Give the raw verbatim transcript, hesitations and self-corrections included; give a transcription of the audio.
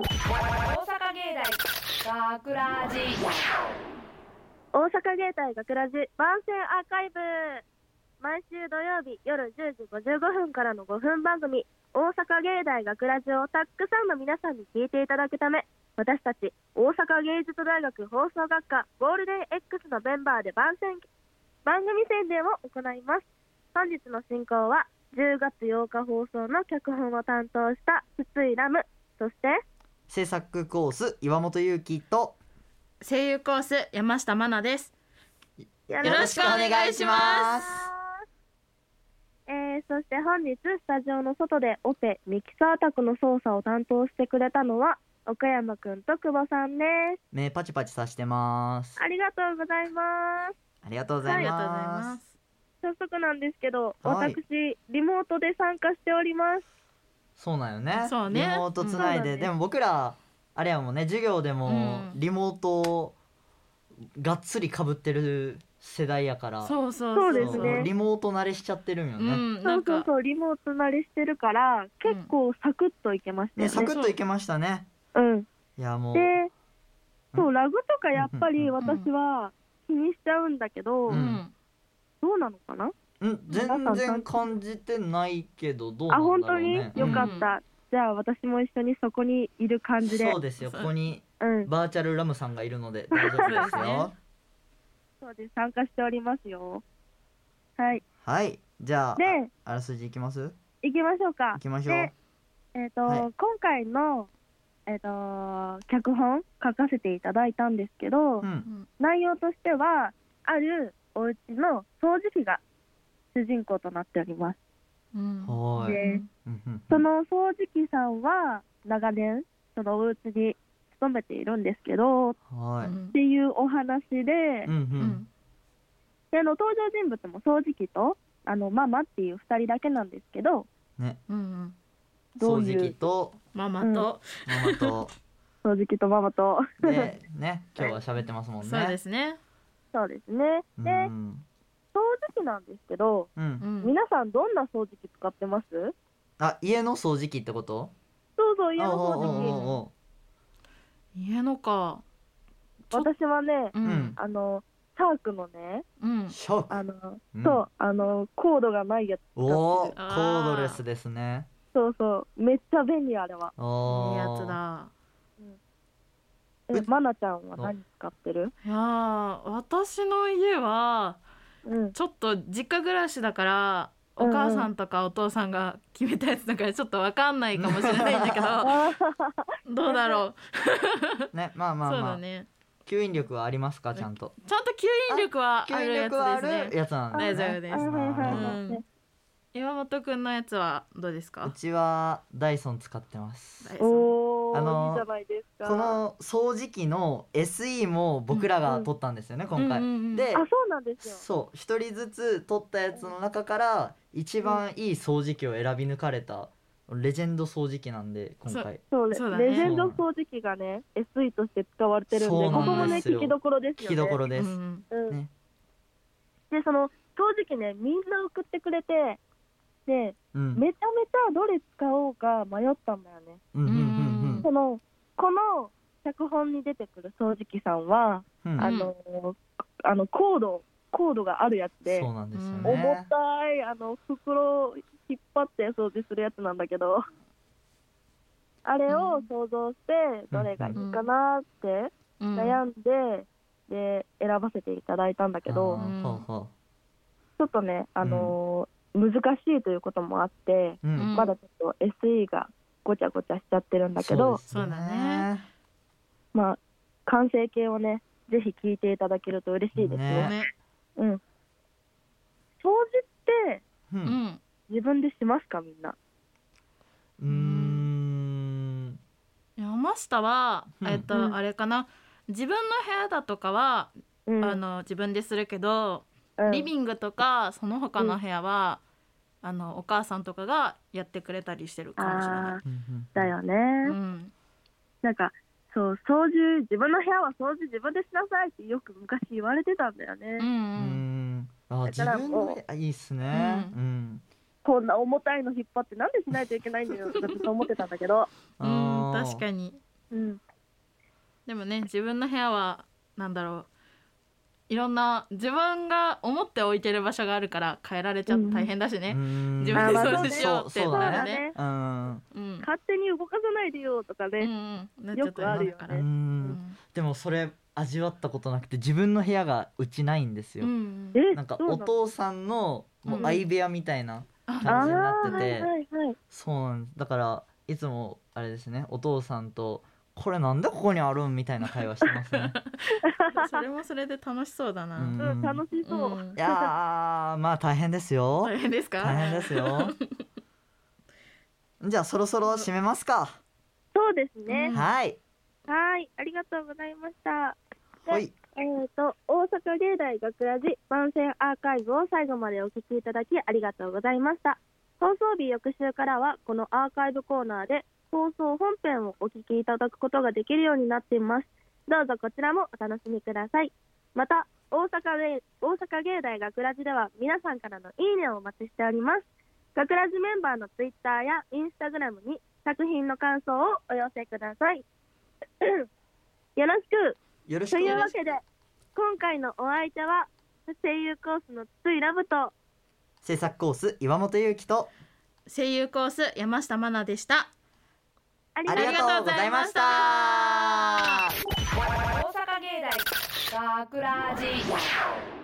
大阪芸大学ラジ大阪芸大学ラジ番宣アーカイブ、毎週土曜日夜じゅうじごじゅうごふんからのごふん番組大阪芸大学ラジをたくさんの皆さんに聞いていただくため、私たち大阪芸術大学放送学科ゴールデン X のメンバーで番宣番組宣伝を行います。本日の進行はじゅうがつようか放送の脚本を担当した筒井ラム、そして制作コース岩本裕樹と声優コース山下真奈です。 よよろしくお願いします。 えー、そして本日スタジオの外でオペミキサー宅の操作を担当してくれたのは岡山くんと久保さんです。 目パチパチさせてます。 ありがとうございます。 ありがとうございありがとうございまますす。 早速なんですけど、 はい私リモートで参加しております。 そうなんよね。 そうねリモートつないで、 うんでも僕らあれやもんね、授業でもうんリモートがっつり被ってる世代やから、 そうそうそうですねリモート慣れしちゃってるんようね。 ん、なんかそうそうそう、リモート慣れしてるから結構サクッといけましたよね、 ね。 サクッといけましたね。 うん。 いやもう、 で、そうラグとかやっぱりうん私は気にしちゃうんだけど、 ううんん、 どうなのかな？ うん全然感じてないけどどうなあ、 ん本当にだろうね。 よかった。じゃあ私も一緒にそこにいる感じで。 そうですよ。ここにうん。 バーチャルラムさんがいるので大丈夫ですよ。 そうです。参加しておりますよ。はい。 はい、じゃあで、 あらすじいきます。 行きましょうか。 いきましょう。 で、えっ、と、 はい今回のえっ、と脚本書かせていただいたんですけど、 うん内容としてはあるお家の掃除機が主人公となっております。 うん、 はーい。 で、 うんうんうんその掃除機さんは長年そのお家に勤めているんですけどっはい。 うんていうお話で、 うんううんんであの登場人物も掃除機とあのママっていうふたりだけなんですけど、 ね、 うん、 掃どういう除機とママと、 ママと掃除機とママとでね、今日は喋ってますもんね。 そうですね。 そうですね。 うんで、掃除機なんですけど、 う。 うんん、 皆さんどんな掃除機使ってます？ あ、家の掃除機ってこと？ そうそう、家の掃おうおうおう除おう家のか、 機。私はね、 うん、 うんあのシャークのね、 うん、 ショック。 あの、 うんそうあのコードがないやつ使ってる。 おお、コあーードレスですね。 そうそう、めっちゃ便利あれは。 おお。 いいやつだ。 え、 うマナちゃんは何使ってる？ いやー、私の家はうん。 ちょっと実家暮らしだからお母さんとかお父さんが決めたやつだからちょっとわかんないかもしれないんだけどどうだろう。 ね、まあまあまあ。 そうだね。 吸引力はありますか、ちゃんと。 ちゃんと吸引力はあ吸引るや力はあつですね。 るやつなん大ですね。 丈夫です。 はいはいはいうんはい。 岩本くんのやつはどうですうか？ ちはダイソン使ってます。 大丈夫おー、 あのーいいじゃないですか。 この掃除機の エスイー も僕らが撮ったんですよね、今回。 うんうんうんであ、そうなんですよ。 そう一人ずつ撮ったやつの中から一番いい掃除機を選び抜かれたレジェンド掃除機なんで今回。 そうねそうだねレジェンド掃除機がね エスイー として使われてるんで、 そうここもねなんですよ聞きどころですよね。 聞きどころです。 うんうんねでその掃除機ねみんな送ってくれて、でうんめちゃめちゃどれ使おうか迷ったんだよね。 うんうんうんそのこの脚本に出てくる掃除機さんは、 うんうんあのあのコードコードがあるやつで、 そうなんですようんね。 重たいあの袋を引っ張って掃除するやつなんだけど、あれを想像してどれがいいかなってうん悩んで、で選ばせていただいたんだけど、 あーほうほちょっとね、あのー難しいということもあって、 う。うんうんまだちょっと エスイー がごちゃごちゃしちゃってるんだけど、 そうだね。 まあ完成形をねぜひ聞いていただけると嬉しいですね。 ねね、 うん。掃除ってううんん、 自分でしますかみんな？ うーん山下はうんえっと、 うんあれかな、自分の部屋だとかは、 うん、 あの自分でするけど、 うんリビングとかその他の部屋は、あのお母さんとかがやってくれたりしてるかもしれない。 あーうんうんだよね、 うん、 なんかそう掃除自分の部屋は掃除自分でしなさいってよく昔言われてたんだよね、 うん、う、 うんんあだから自分もうのあいいっすね。 ううんこんな重たいの引っ張ってなんでしないといけないんだよとかずっと思ってたんだけどうん、確かに。 うんでもね自分の部屋はなんだろういろんな自分が思って置いてる場所があるから変えられちゃって大変だしね、 うーん自分で掃除しようってそうなるねそうだね。うんうん勝手に動かさないでよとかうんうね、 んなっちゃったりよくあるよねすからうーんでもそれ味わったことなくて自分の部屋がうちないんですよ、 うんうんえなんかそうなのお父さんのもううん相部屋みたいなあ感じになってて、 あーはいはいはいそうなんですだからいつもあれですねお父さんとこれなんでここにあるんみたいな会話してますねそれもそれで楽しそうだな、 うんうん楽しそう、 うんいやーまあ大変ですよ大変ですか大変ですよじゃあそろそろ締めますか、 そうですね、 うんはいはいありがとうございましたほいえー、と大阪芸大学ラジ番宣アーカイブを最後までお聞きいただきありがとうございました。放送日翌週からはこのアーカイブコーナーで放送本編をお聞きいただくことができるようになっています。どうぞこちらもお楽しみください。また大阪芸大阪芸大学ラジでは皆さんからのいいねをお待ちしております。学ラジメンバーのツイッターやインスタグラムに作品の感想をお寄せください。よろしく。 よろしとくお願いしいうわけで今回のお相手は声優コースの筒井ラブとます制作コース岩本裕樹と声優コース山下真奈でした。 ありありがとうございました大阪芸大学ラジ